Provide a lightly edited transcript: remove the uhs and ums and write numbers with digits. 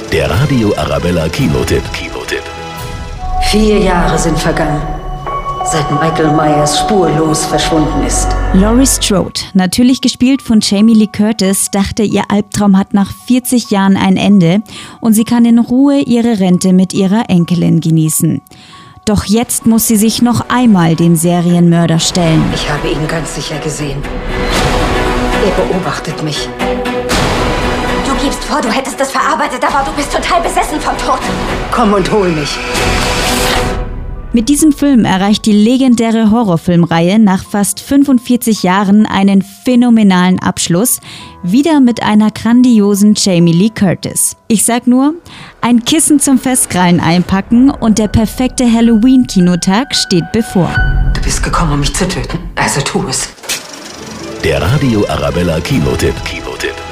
Der Radio Arabella Kinotipp. 4 Jahre sind vergangen, seit Michael Myers spurlos verschwunden ist. Laurie Strode, natürlich gespielt von Jamie Lee Curtis, dachte, ihr Albtraum hat nach 40 Jahren ein Ende und sie kann in Ruhe ihre Rente mit ihrer Enkelin genießen. Doch jetzt muss sie sich noch einmal dem Serienmörder stellen. Ich habe ihn ganz sicher gesehen. Er beobachtet mich. Du gibst vor, du hättest es verarbeitet, aber du bist total besessen vom Tod. Komm und hol mich. Mit diesem Film erreicht die legendäre Horrorfilmreihe nach fast 45 Jahren einen phänomenalen Abschluss, wieder mit einer grandiosen Jamie Lee Curtis. Ich sag nur, ein Kissen zum Festkrallen einpacken und der perfekte Halloween-Kinotag steht bevor. Du bist gekommen, um mich zu töten, also tu es. Der Radio Arabella Kinotipp.